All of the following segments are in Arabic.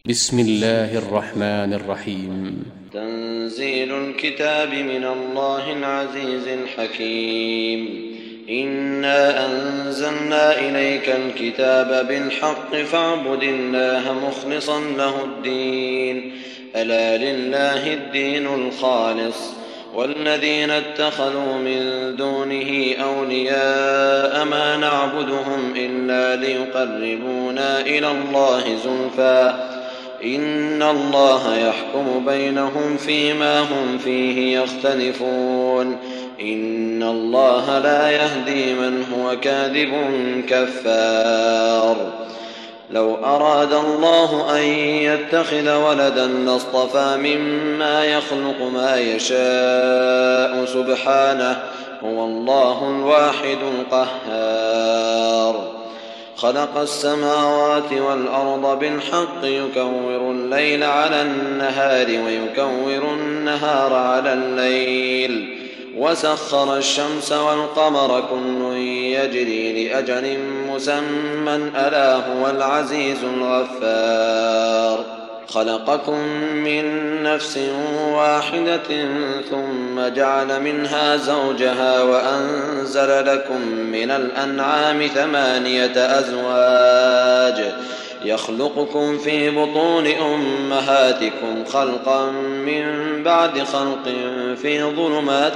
بسم الله الرحمن الرحيم. تنزيل الكتاب من الله العزيز الحكيم. إنا أنزلنا إليك الكتاب بالحق فاعبد الله مخلصا له الدين، ألا لله الدين الخالص. والذين اتخذوا من دونه أولياء ما نعبدهم إلا ليقربونا إلى الله زلفى إن الله يحكم بينهم فيما هم فيه يختلفون. إن الله لا يهدي من هو كاذب كفار. لو أراد الله أن يتخذ ولدا لاصطفى مما يخلق ما يشاء سبحانه، هو الله الواحد القهار. خلق السماوات والأرض بالحق يكور الليل على النهار ويكور النهار على الليل، وسخر الشمس والقمر كل يجري لأجل مسمى ألا هو العزيز الغفار. خلقكم من نفس واحدة ثم جعل منها زوجها وأنزل لكم من الأنعام 8 أزواج يخلقكم في بطون أمهاتكم خلقا من بعد خلق في ظلمات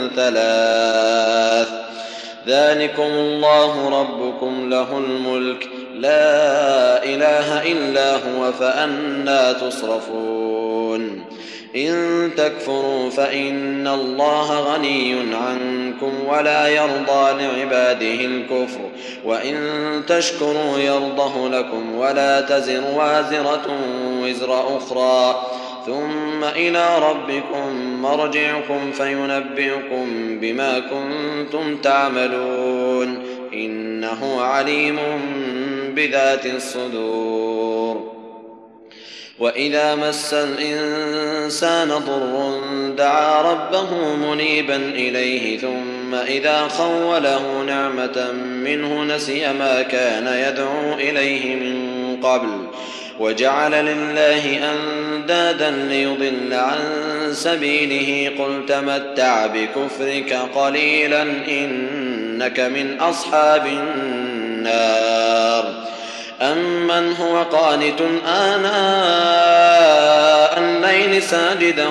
3. ذلكم الله ربكم له الملك لا إله إلا هو فأنى تصرفون. إن تكفروا فإن الله غني عنكم ولا يرضى لعباده الكفر، وإن تشكروا يرضه لكم ولا تزر وازرة وزر أخرى، ثم إلى ربكم مرجعكم فينبئكم بما كنتم تعملون، إنه عليم بذات الصدور. وإذا مس الإنسان ضر دعا ربه منيبا إليه، ثم إذا خوله نعمة منه نسي ما كان يدعو إليه من قبل وجعل لله أندادا ليضل عن سبيله. قل تمتع بكفرك قليلا إنك من أصحاب النار. أمن هو قانت آناء الليل ساجدا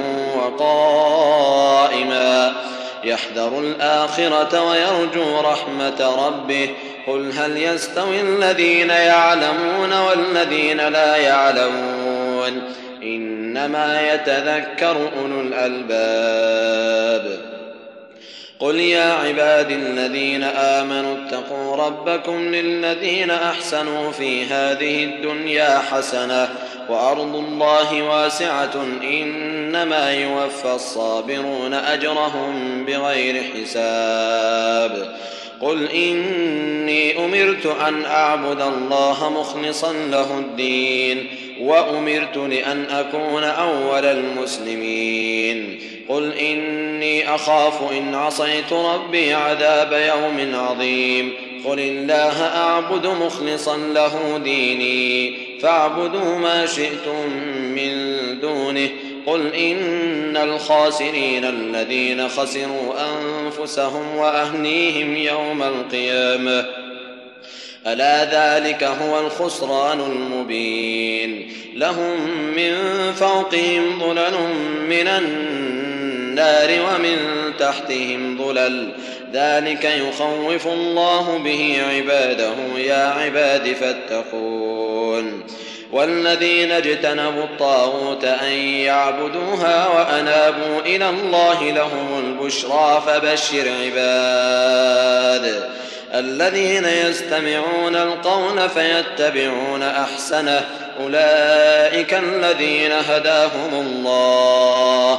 وقائما يحذر الآخرة ويرجو رحمة ربه. قل هل يستوي الذين يعلمون والذين لا يعلمون، إنما يتذكر أولو الألباب. قل يا عباد الذين آمنوا اتقوا ربكم للذين أحسنوا في هذه الدنيا حسنة وأرض الله واسعة إنما يوفى الصابرون أجرهم بغير حساب. قل إني أمرت أن أعبد الله مخلصا له الدين وأمرت لأن أكون أول المسلمين. قل إني أخاف إن عصيت ربي عذاب يوم عظيم. قل الله أعبد مخلصا له ديني فاعبدوا ما شئتم من دونه. قل إن الخاسرين الذين خسروا أنفسهم وأهليهم يوم القيامة ألا ذلك هو الخسران المبين. لهم من فوقهم ظلل من النار ومن تحتهم ظلل ذلك يخوف الله به عباده يا عباد فاتقون. والذين اجتنبوا الطاغوت أن يعبدوها وأنابوا إلى الله لهم البشرى فبشر عباد الذين يستمعون القول فيتبعون أحسنه أولئك الذين هداهم الله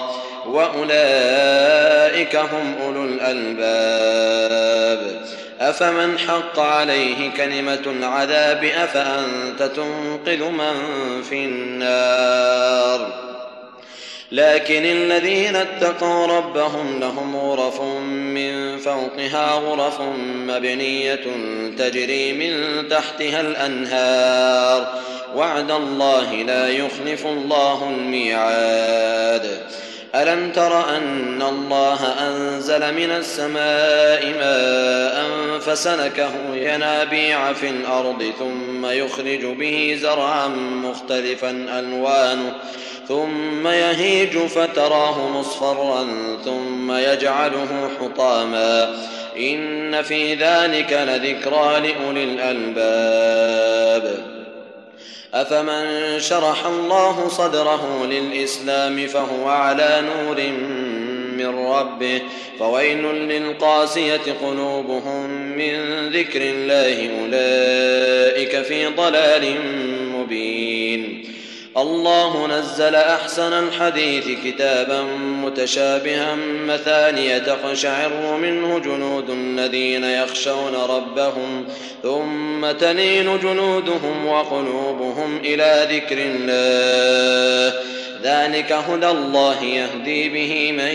وأولئك هم أولو الألباب. أفمن حق عليه كلمة العذاب أفأنت تنقذ من في النار. لكن الذين اتقوا ربهم لهم غرف من فوقها غرف مبنية تجري من تحتها الأنهار وعد الله لا يخلف الله الميعاد. ألم تر أن الله أنزل من السماء ماء فسلكه ينابيع في الأرض ثم يخرج به زرعا مختلفا ألوانه ثم يهيج فتراه مصفرا ثم يجعله حطاما إن في ذلك لذكرى لأولي الألباب. أفمن شرح الله صدره للإسلام فهو على نور من ربه فويل للقاسية قلوبهم من ذكر الله أولئك في ضلال مبين. الله نزل أحسن الحديث كتابا متشابها مثانية تقشعر منه جلود الذين يخشون ربهم ثم تلين جلودهم وقلوبهم إلى ذكر الله ذلك هدى الله يهدي به من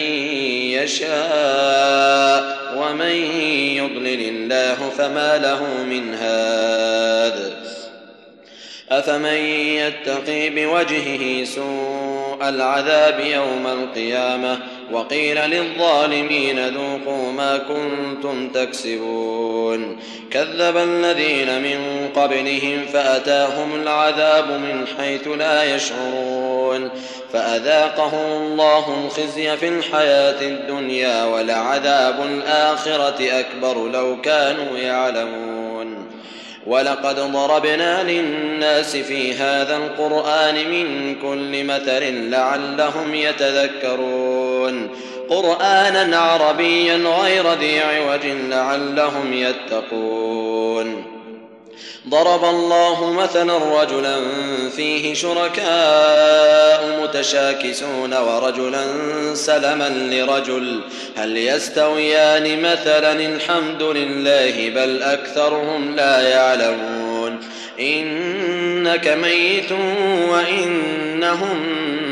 يشاء ومن يضلل الله فما له من هاد. أفمن يتقي بوجهه سوء العذاب يوم القيامة وقيل للظالمين ذوقوا ما كنتم تكسبون. كذب الذين من قبلهم فأتاهم العذاب من حيث لا يشعرون فأذاقهم الله الخزي في الحياة الدنيا ولعذاب الآخرة أكبر لو كانوا يعلمون. ولقد ضربنا للناس في هذا القرآن من كل مثل لعلهم يتذكرون قرآنا عربيا غير ذي عوج لعلهم يتقون. ضرب الله مثلا رجلا فيه شركاء متشاكسون ورجلا سلما لرجل هل يستويان مثلا الحمد لله بل أكثرهم لا يعلمون. إنك ميت وإنهم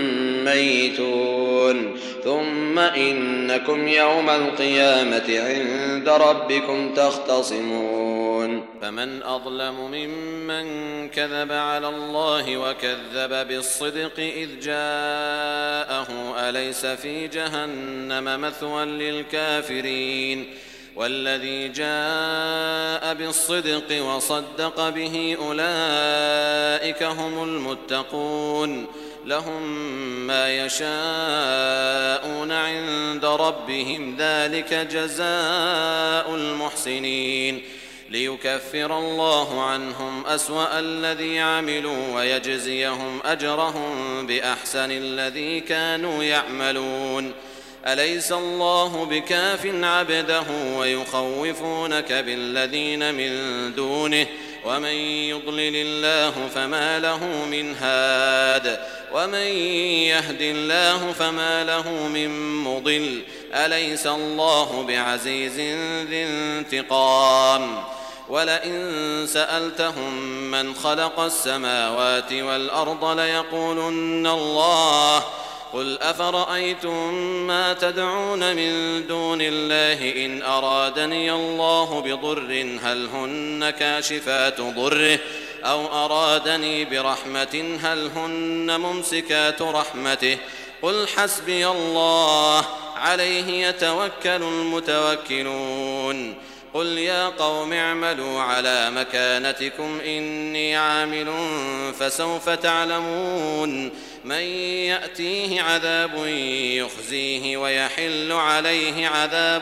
ميتون ثم إنكم يوم القيامة عند ربكم تختصمون. فمن أظلم ممن كذب على الله وكذب بالصدق إذ جاءه أليس في جهنم مثوى للكافرين والذي جاء بالصدق وصدق به أولئك هم المتقون لهم ما يشاءون عند ربهم ذلك جزاء المحسنين ليكفر الله عنهم أسوأ الذي عملوا ويجزيهم أجرهم بأحسن الذي كانوا يعملون. أليس الله بكاف عبده ويخوفونك بالذين من دونه ومن يضلل الله فما له من هاد ومن يهد الله فما له من مضل. أليس الله بعزيز ذي انتقام. ولئن سألتهم من خلق السماوات والأرض ليقولن الله قل أفرأيتم ما تدعون من دون الله إن أرادني الله بضر هل هن كاشفات ضره أو أرادني برحمة هل هن ممسكات رحمته قل حسبي الله عليه يتوكل المتوكلون. قل يا قوم اعملوا على مكانتكم إني عامل فسوف تعلمون من يأتيه عذاب يخزيه ويحل عليه عذاب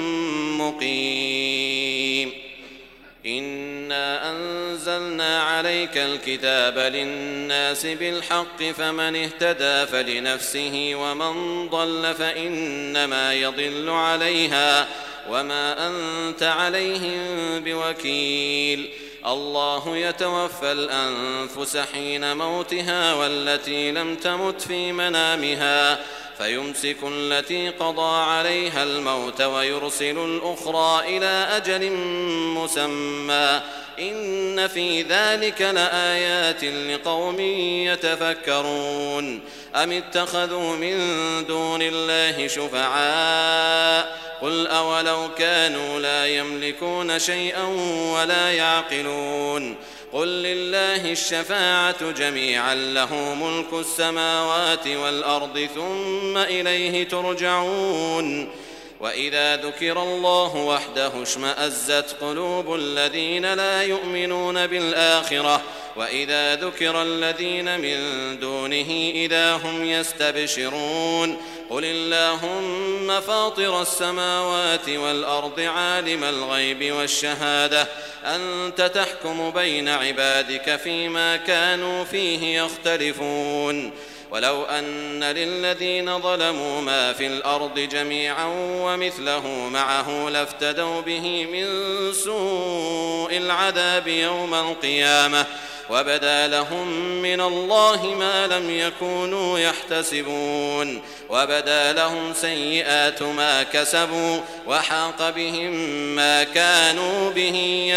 مقيم. إنا أنزلنا عليك الكتاب للناس بالحق فمن اهتدى فلنفسه ومن ضل فإنما يضل عليها وما أنت عليهم بوكيل. الله يتوفى الأنفس حين موتها والتي لم تمت في منامها فيمسك التي قضى عليها الموت ويرسل الأخرى إلى أجل مسمى إن في ذلك لآيات لقوم يتفكرون أم اتخذوا من دون الله شفعاء قل أولو كانوا لا يملكون شيئا ولا يعقلون قل لله الشفاعة جميعا له ملك السماوات والأرض ثم إليه ترجعون وإذا ذكر الله وحده اشمأزت قلوب الذين لا يؤمنون بالآخرة وإذا ذكر الذين من دونه إذا هم يستبشرون قل اللهم فاطر السماوات والأرض عالم الغيب والشهادة أنت تحكم بين عبادك فيما كانوا فيه يختلفون ولو أن للذين ظلموا ما في الأرض جميعا ومثله معه لافتدوا به من سوء العذاب يوم القيامة وبدا لهم من الله ما لم يكونوا يحتسبون وبدا لهم سيئات ما كسبوا وحاق بهم ما كانوا به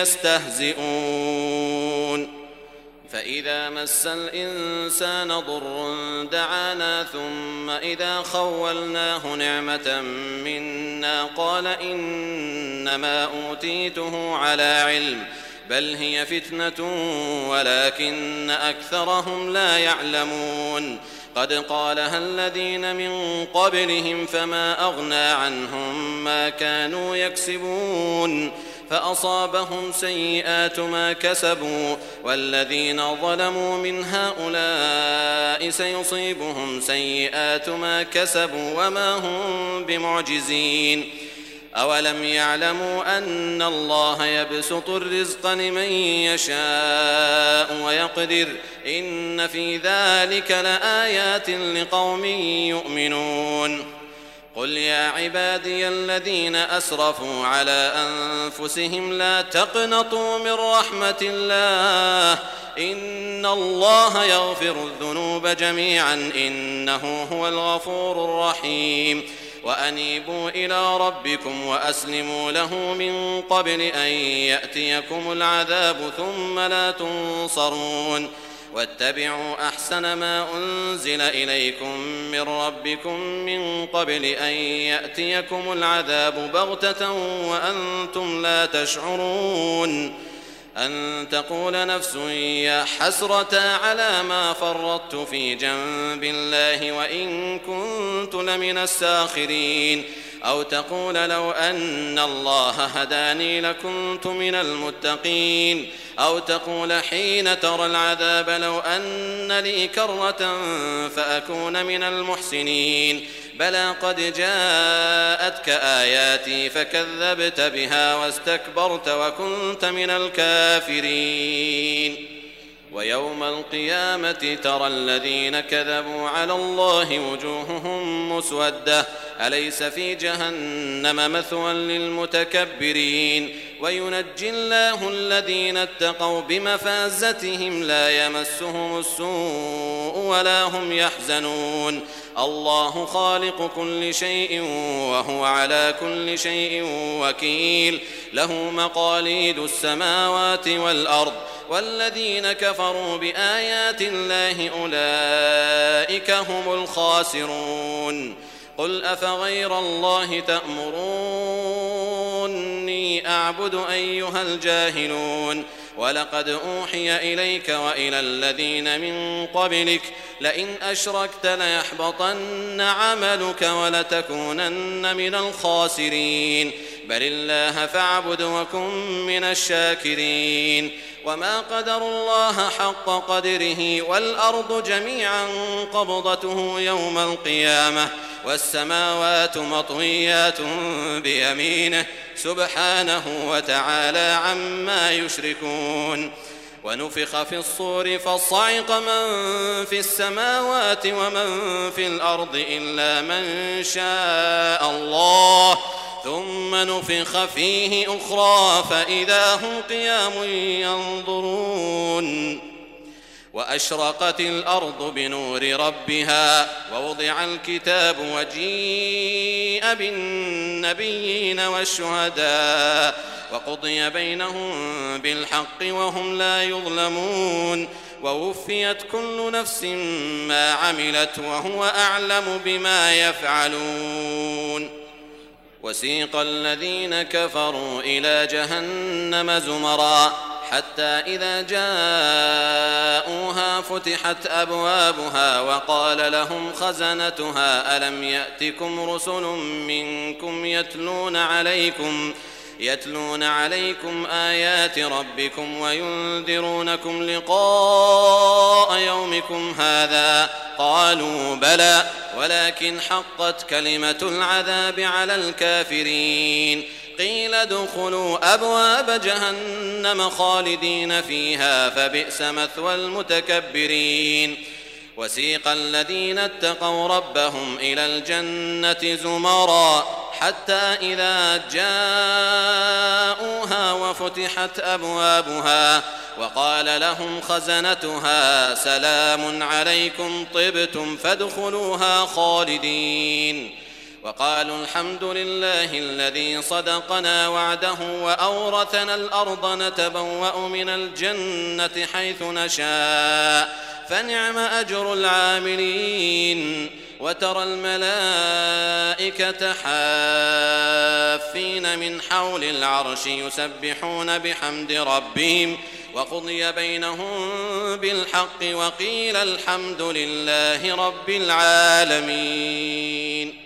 يستهزئون فإذا مس الإنسان ضر دعانا ثم إذا خولناه نعمة منا قال إنما أوتيته على علم بل هي فتنة ولكن أكثرهم لا يعلمون قد قالها الذين من قبلهم فما أغنى عنهم ما كانوا يكسبون فأصابهم سيئات ما كسبوا والذين ظلموا من هؤلاء سيصيبهم سيئات ما كسبوا وما هم بمعجزين أولم يعلموا أن الله يبسط الرزق لمن يشاء ويقدر إن في ذلك لآيات لقوم يؤمنون قل يا عبادي الذين أسرفوا على أنفسهم لا تقنطوا من رحمة الله إن الله يغفر الذنوب جميعا إنه هو الغفور الرحيم وأنيبوا إلى ربكم وأسلموا له من قبل أن يأتيكم العذاب ثم لا تنصرون واتبعوا أحسن ما أنزل إليكم من ربكم من قبل أن يأتيكم العذاب بغتة وأنتم لا تشعرون أن تقول نفس يا حسرة على ما فرطت في جنب الله وإن كنت لمن الساخرين أو تقول لو أن الله هداني لكنت من المتقين أو تقول حين ترى العذاب لو أن لي كرة فأكون من المحسنين بلى قد جاءتك آياتي فكذبت بها واستكبرت وكنت من الكافرين ويوم القيامة ترى الذين كذبوا على الله وجوههم مسودة أليس في جهنم مثوى للمتكبرين وينجي الله الذين اتقوا بمفازتهم لا يمسهم السوء ولا هم يحزنون الله خالق كل شيء وهو على كل شيء وكيل له مقاليد السماوات والأرض والذين كفروا بآيات الله أولئك هم الخاسرون قل أفغير الله تأمروني أعبد أيها الجاهلون ولقد أوحي إليك وإلى الذين من قبلك لئن أشركت ليحبطن عملك ولتكونن من الخاسرين بل الله فاعبد وكن من الشاكرين وما قدر الله حق قدره والأرض جميعا قبضته يوم القيامة والسماوات مطويات بيمينه سبحانه وتعالى عما يشركون ونفخ في الصور فصعق من في السماوات ومن في الأرض إلا من شاء الله ثم نفخ فيه أخرى فإذا هم قيام ينظرون وأشرقت الأرض بنور ربها ووضع الكتاب وجيء بالنبيين والشهداء وقضي بينهم بالحق وهم لا يظلمون ووفيت كل نفس ما عملت وهو أعلم بما يفعلون. وسيق الذين كفروا إلى جهنم زمرا حتى إذا جاءوها فتحت أبوابها وقال لهم خزنتها ألم يأتكم رسل منكم يتلون عليكم آيات ربكم وينذرونكم لقاء يومكم هذا قالوا بلى ولكن حقت كلمة العذاب على الكافرين قيل ادخلوا أبواب جهنم خالدين فيها فبئس مثوى المتكبرين. وسيق الذين اتقوا ربهم إلى الجنة زمرا حتى إذا جاءوها وفتحت أبوابها وقال لهم خزنتها سلام عليكم طبتم فادخلوها خالدين وقالوا الحمد لله الذي صدقنا وعده وأورثنا الأرض نتبوأ من الجنة حيث نشاء فنعم أجر العاملين. وترى الملائكة حافين من حول العرش يسبحون بحمد ربهم وقضي بينهم بالحق وقيل الحمد لله رب العالمين.